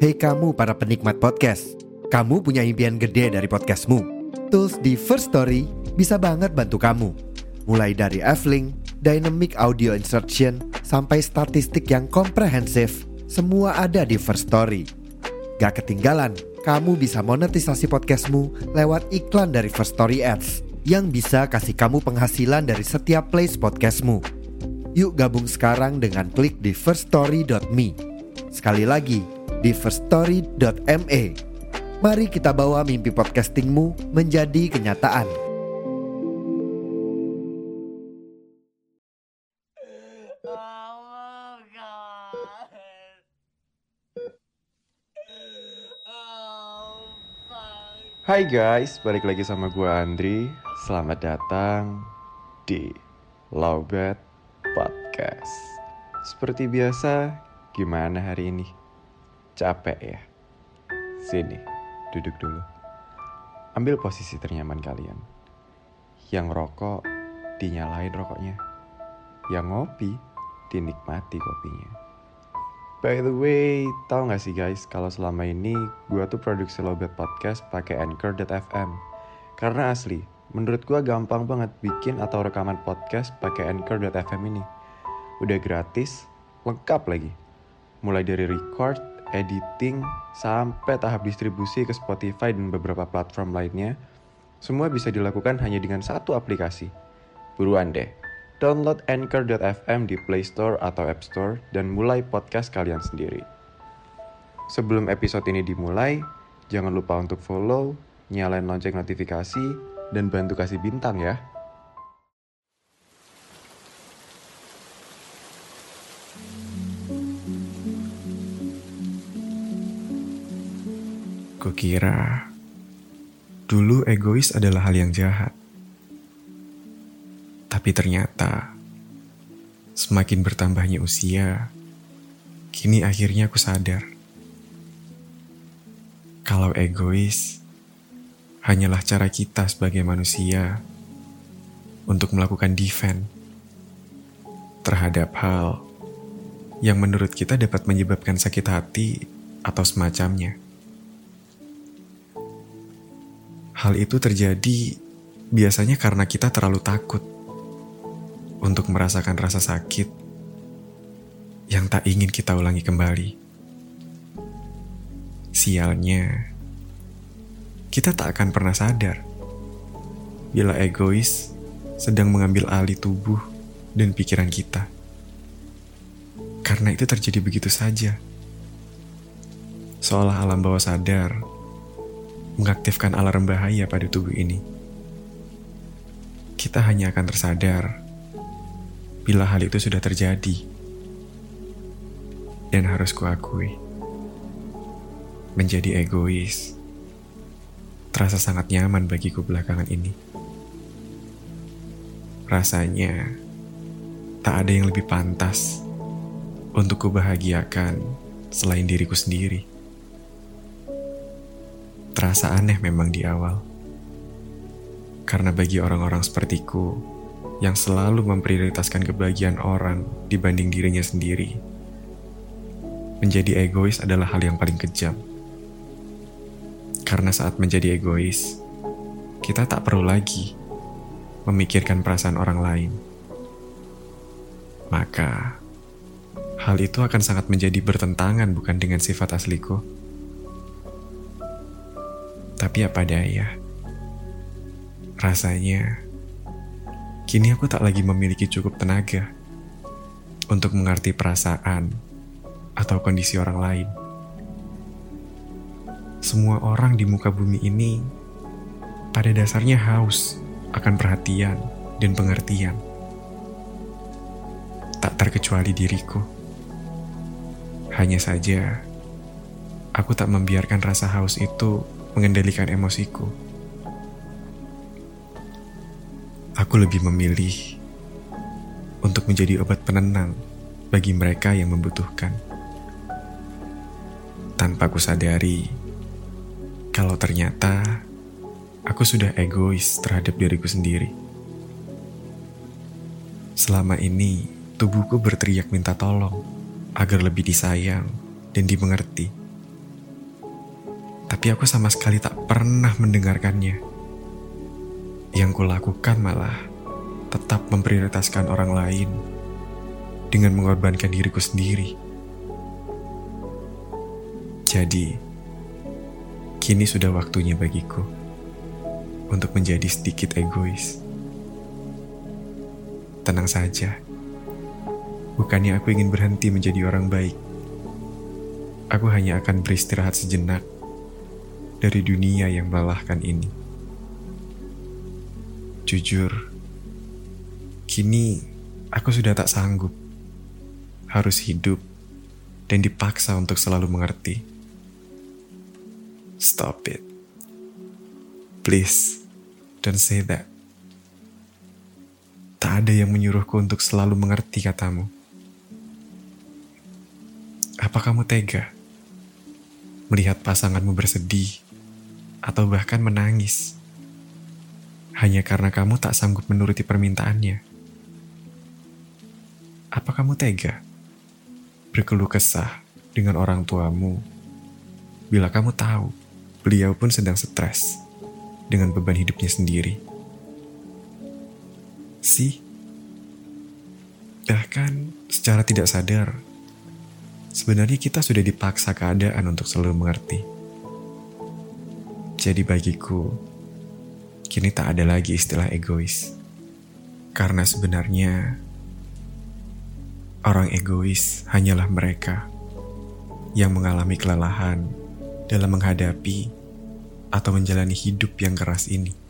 Hei kamu para penikmat podcast, kamu punya impian gede dari podcastmu. Tools di First Story bisa banget bantu kamu. Mulai dari F-Link, Dynamic Audio Insertion, sampai statistik yang komprehensif, semua ada di First Story. Gak ketinggalan, kamu bisa monetisasi podcastmu lewat iklan dari First Story Ads yang bisa kasih kamu penghasilan dari setiap plays podcastmu. Yuk gabung sekarang dengan klik di firststory.me. Sekali lagi, di firststory.me. Mari kita bawa mimpi podcastingmu menjadi kenyataan. Hai guys, balik lagi sama gue Andri. Selamat datang di Lowbat Podcast. Seperti biasa, gimana hari ini? Capek ya? Sini, duduk dulu. Ambil posisi ternyaman kalian. Yang rokok, dinyalain rokoknya. Yang ngopi, dinikmati kopinya. By the way, tahu gak sih guys, kalau selama ini gue tuh produksi Lowbat Podcast pakai Anchor.fm. Karena asli, menurut gue gampang banget bikin atau rekaman podcast pakai Anchor.fm ini. Udah gratis, lengkap lagi. Mulai dari record, editing, sampai tahap distribusi ke Spotify dan beberapa platform lainnya, semua bisa dilakukan hanya dengan satu aplikasi. Buruan deh, download Anchor.fm di Play Store atau App Store dan mulai podcast kalian sendiri. Sebelum episode ini dimulai, jangan lupa untuk follow, nyalain lonceng notifikasi, dan bantu kasih bintang ya. Kukira dulu egois adalah hal yang jahat. Tapi ternyata semakin bertambahnya usia, kini akhirnya aku sadar kalau egois hanyalah cara kita sebagai manusia untuk melakukan defense terhadap hal yang menurut kita dapat menyebabkan sakit hati atau semacamnya. Hal itu terjadi biasanya karena kita terlalu takut untuk merasakan rasa sakit yang tak ingin kita ulangi kembali. Sialnya, kita tak akan pernah sadar bila egois sedang mengambil alih tubuh dan pikiran kita. Karena itu terjadi begitu saja. Seolah alam bawah sadar mengaktifkan alarm bahaya pada tubuh ini. Kita hanya akan tersadar bila hal itu sudah terjadi. Dan harus kuakui, menjadi egois terasa sangat nyaman bagiku belakangan ini. Rasanya tak ada yang lebih pantas untuk kubahagiakan selain diriku sendiri. Terasa aneh memang di awal. Karena bagi orang-orang sepertiku yang selalu memprioritaskan kebahagiaan orang dibanding dirinya sendiri, menjadi egois adalah hal yang paling kejam. Karena saat menjadi egois, kita tak perlu lagi memikirkan perasaan orang lain. Maka, hal itu akan sangat menjadi bertentangan bukan dengan sifat asliku. Tapi apa daya, rasanya kini aku tak lagi memiliki cukup tenaga untuk mengerti perasaan atau kondisi orang lain. Semua orang di muka bumi ini pada dasarnya haus akan perhatian dan pengertian. Tak terkecuali diriku. Hanya saja, aku tak membiarkan rasa haus itu mengendalikan emosiku. Aku lebih memilih untuk menjadi obat penenang bagi mereka yang membutuhkan. Tanpa ku sadari kalau ternyata aku sudah egois terhadap diriku sendiri. Selama ini, tubuhku berteriak minta tolong agar lebih disayang dan dimengerti. Tapi aku sama sekali tak pernah mendengarkannya. Yang kulakukan malah tetap memprioritaskan orang lain dengan mengorbankan diriku sendiri. Jadi, kini sudah waktunya bagiku untuk menjadi sedikit egois. Tenang saja, bukannya aku ingin berhenti menjadi orang baik. Aku hanya akan beristirahat sejenak dari dunia yang melelahkan ini. Jujur, kini aku sudah tak sanggup harus hidup dan dipaksa untuk selalu mengerti. Stop it. Please, don't say that. Tak ada yang menyuruhku untuk selalu mengerti katamu. Apa kamu tega melihat pasanganmu bersedih atau bahkan menangis hanya karena kamu tak sanggup menuruti permintaannya? Apa kamu tega berkeluh kesah dengan orang tuamu bila kamu tahu beliau pun sedang stres dengan beban hidupnya sendiri? Bahkan secara tidak sadar, sebenarnya kita sudah dipaksa keadaan untuk selalu mengerti. Jadi bagiku, kini tak ada lagi istilah egois. Karena sebenarnya, orang egois hanyalah mereka yang mengalami kelelahan dalam menghadapi atau menjalani hidup yang keras ini.